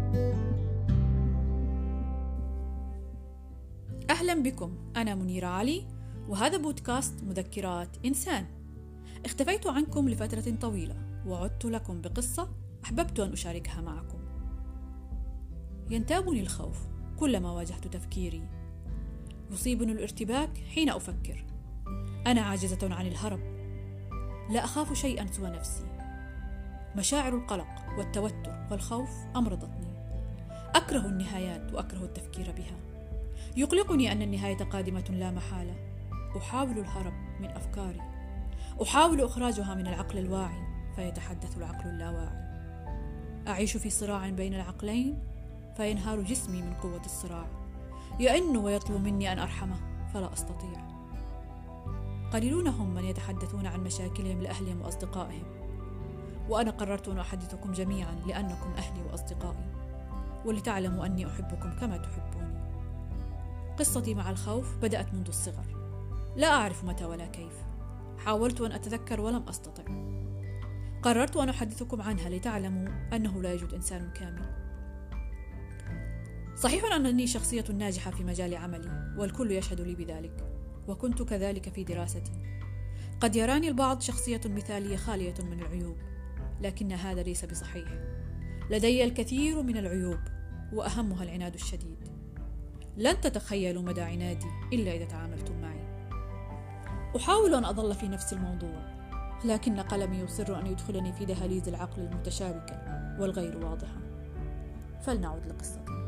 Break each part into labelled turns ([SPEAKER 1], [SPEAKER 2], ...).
[SPEAKER 1] أهلا بكم، أنا منيرة علي، وهذا بودكاست مذكرات إنسان. اختفيت عنكم لفترة طويلة، وعدت لكم بقصة أحببت أن أشاركها معكم. ينتابني الخوف كلما واجهت تفكيري، يصيبني الارتباك حين أفكر. أنا عاجزة عن الهرب، لا أخاف شيئا سوى نفسي. مشاعر القلق والتوتر والخوف أمرضتني. أكره النهايات وأكره التفكير بها. يقلقني أن النهاية قادمة لا محالة. أحاول الهرب من أفكاري، أحاول إخراجها من العقل الواعي، فيتحدث العقل اللاواعي. أعيش في صراع بين العقلين، فينهار جسمي من قوة الصراع. يئن ويطلب مني أن أرحمه، فلا أستطيع. قليلون هم من يتحدثون عن مشاكلهم لأهلهم وأصدقائهم، وأنا قررت أن أحدثكم جميعا لأنكم أهلي وأصدقائي، ولتعلموا أني أحبكم كما تحبوني. قصتي مع الخوف بدأت منذ الصغر، لا أعرف متى ولا كيف. حاولت أن أتذكر ولم أستطع. قررت أن أحدثكم عنها لتعلموا أنه لا يوجد إنسان كامل. صحيح أنني شخصية ناجحة في مجال عملي، والكل يشهد لي بذلك، وكنت كذلك في دراستي. قد يراني البعض شخصية مثالية خالية من العيوب، لكن هذا ليس بصحيح. لدي الكثير من العيوب، وأهمها العناد الشديد. لن تتخيلوا مدى عنادي إلا إذا تعاملتم معي. أحاول أن أظل في نفس الموضوع، لكن قلمي يصر أن يدخلني في دهاليز العقل المتشابكة والغير واضحة. فلنعود لقصتنا.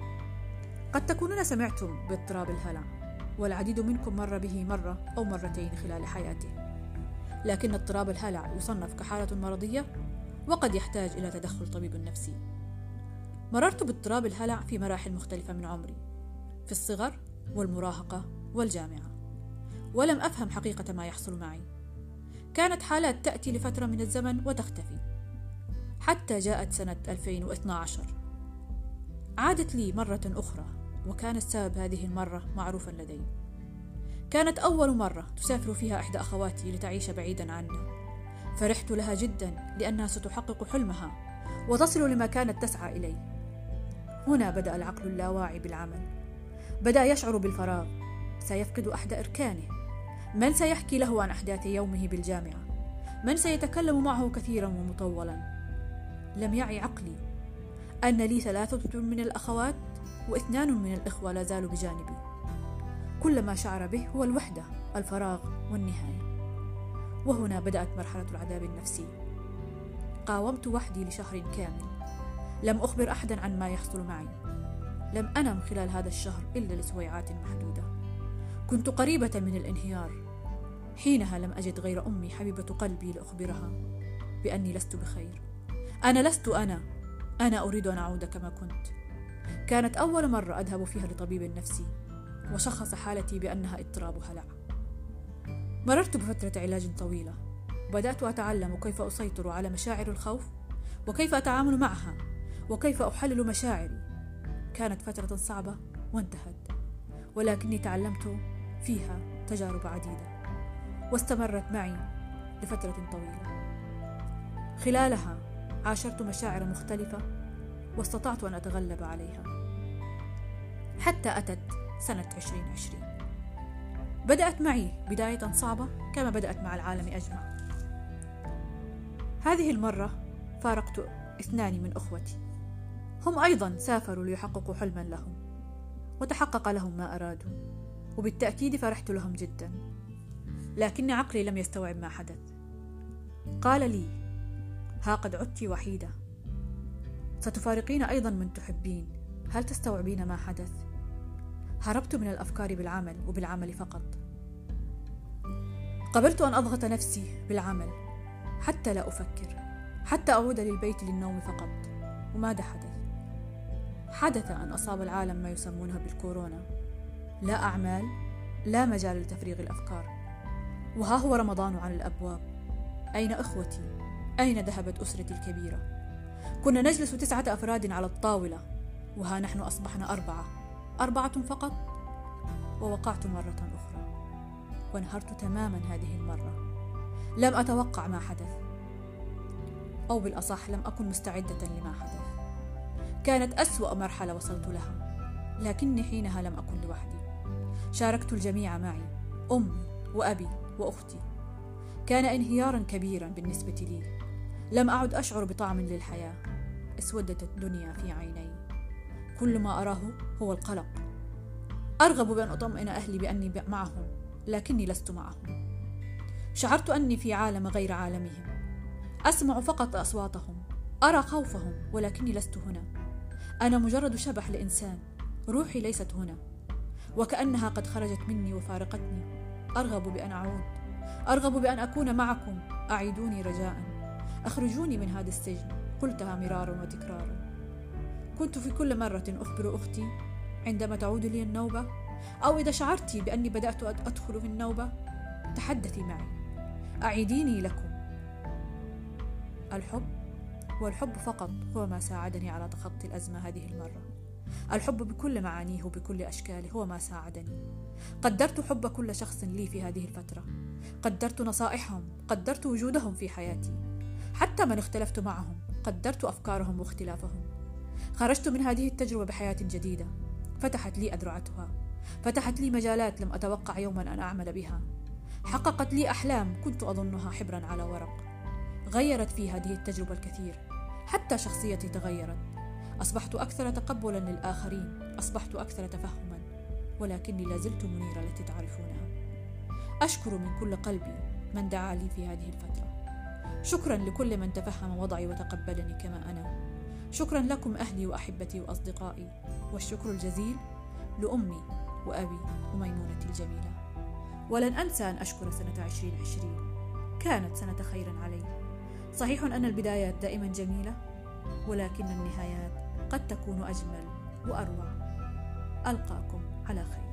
[SPEAKER 1] قد تكونون سمعتم باضطراب الهلع، والعديد منكم مر به مرة أو مرتين خلال حياته. لكن اضطراب الهلع يصنف كحالة مرضية، وقد يحتاج إلى تدخل طبيب نفسي. مررت باضطراب الهلع في مراحل مختلفة من عمري، في الصغر والمراهقة والجامعة، ولم أفهم حقيقة ما يحصل معي. كانت حالات تأتي لفترة من الزمن وتختفي، حتى جاءت سنة 2012. عادت لي مرة أخرى، وكان السبب هذه المرة معروفا لدي. كانت أول مرة تسافر فيها إحدى أخواتي لتعيش بعيدا عنا. فرحت لها جدا لأنها ستحقق حلمها وتصل لما كانت تسعى إليه. هنا بدأ العقل اللاواعي بالعمل. بدأ يشعر بالفراغ، سيفقد أحد أركانه. من سيحكي له عن أحداث يومه بالجامعة؟ من سيتكلم معه كثيرا ومطولا؟ لم يعي عقلي أن لي 3 من الأخوات و2 من الإخوة لا زالوا بجانبي. كل ما شعر به هو الوحدة، الفراغ والنهاية. وهنا بدأت مرحلة العذاب النفسي. قاومت وحدي لشهر كامل، لم أخبر أحدا عن ما يحصل معي. لم أنم خلال هذا الشهر إلا لسويعات محدودة. كنت قريبة من الانهيار. حينها لم أجد غير أمي حبيبة قلبي لأخبرها بأني لست بخير. أنا لست أنا أريد أن أعود كما كنت. كانت أول مرة أذهب فيها لطبيب نفسي، وشخص حالتي بأنها اضطراب هلع. مررت بفترة علاج طويلة، بدأت أتعلم كيف أسيطر على مشاعر الخوف، وكيف أتعامل معها، وكيف أحلل مشاعري. كانت فترة صعبة وانتهت، ولكني تعلمت فيها تجارب عديدة، واستمرت معي لفترة طويلة. خلالها عاشرت مشاعر مختلفة، واستطعت أن أتغلب عليها، حتى أتت سنة 2020. بدأت معي بداية صعبة كما بدأت مع العالم أجمع. هذه المرة فارقت 2 من أخوتي. هم أيضا سافروا ليحققوا حلما لهم، وتحقق لهم ما أرادوا، وبالتأكيد فرحت لهم جدا. لكن عقلي لم يستوعب ما حدث. قال لي: ها قد عدت وحيدة، ستفارقين أيضا من تحبين، هل تستوعبين ما حدث؟ هربت من الأفكار بالعمل، وبالعمل فقط. قبلت أن أضغط نفسي بالعمل حتى لا أفكر، حتى أعود للبيت للنوم فقط. وماذا حدث؟ حدث أن أصاب العالم ما يسمونها بالكورونا. لا أعمال، لا مجال لتفريغ الأفكار. وها هو رمضان على الأبواب. أين أخوتي؟ أين ذهبت أسرتي الكبيرة؟ كنا نجلس 9 أفراد على الطاولة، وها نحن أصبحنا 4 فقط. ووقعت مرة أخرى، وانهرت تماما هذه المرة. لم أتوقع ما حدث، أو بالأصح لم أكن مستعدة لما حدث. كانت أسوأ مرحلة وصلت لها، لكني حينها لم أكن لوحدي. شاركت الجميع معي، أمي وأبي وأختي. كان انهيارا كبيرا بالنسبة لي. لم أعد أشعر بطعم للحياة. اسودت الدنيا في عيني. كل ما أراه هو القلق. أرغب بأن أطمئن أهلي بأني معهم، لكني لست معهم. شعرت أني في عالم غير عالمهم. أسمع فقط أصواتهم، أرى خوفهم، ولكني لست هنا. أنا مجرد شبح لإنسان، روحي ليست هنا، وكأنها قد خرجت مني وفارقتني. أرغب بأن أعود، أرغب بأن أكون معكم. أعيدوني رجاء، أخرجوني من هذا السجن. قلتها مرارا وتكرارا. كنت في كل مرة أخبر أختي عندما تعود لي النوبة، أو إذا شعرت بأني بدأت أدخل في النوبة، تحدثي معي، أعيديني لكم. الحب، والحب فقط، هو ما ساعدني على تخطي الأزمة هذه المرة. الحب بكل معانيه وبكل أشكاله هو ما ساعدني. قدرت حب كل شخص لي في هذه الفترة، قدرت نصائحهم، قدرت وجودهم في حياتي. حتى من اختلفت معهم قدرت أفكارهم واختلافهم. خرجت من هذه التجربة بحياة جديدة، فتحت لي أذرعتها، فتحت لي مجالات لم أتوقع يوما أن أعمل بها، حققت لي أحلام كنت أظنها حبرا على ورق. غيرت في هذه التجربة الكثير، حتى شخصيتي تغيرت. أصبحت أكثر تقبلا للآخرين، أصبحت أكثر تفهما، ولكني لازلت منيرة التي تعرفونها. أشكر من كل قلبي من دعا لي في هذه الفترة. شكرا لكل من تفهم وضعي وتقبلني كما أنا. شكرا لكم أهلي وأحبتي وأصدقائي، والشكر الجزيل لأمي وأبي وميمونتي الجميلة. ولن أنسى أن أشكر سنة 2020، كانت سنة خير علي. صحيح أن البدايات دائما جميلة، ولكن النهايات قد تكون أجمل وأروع. ألقاكم على خير.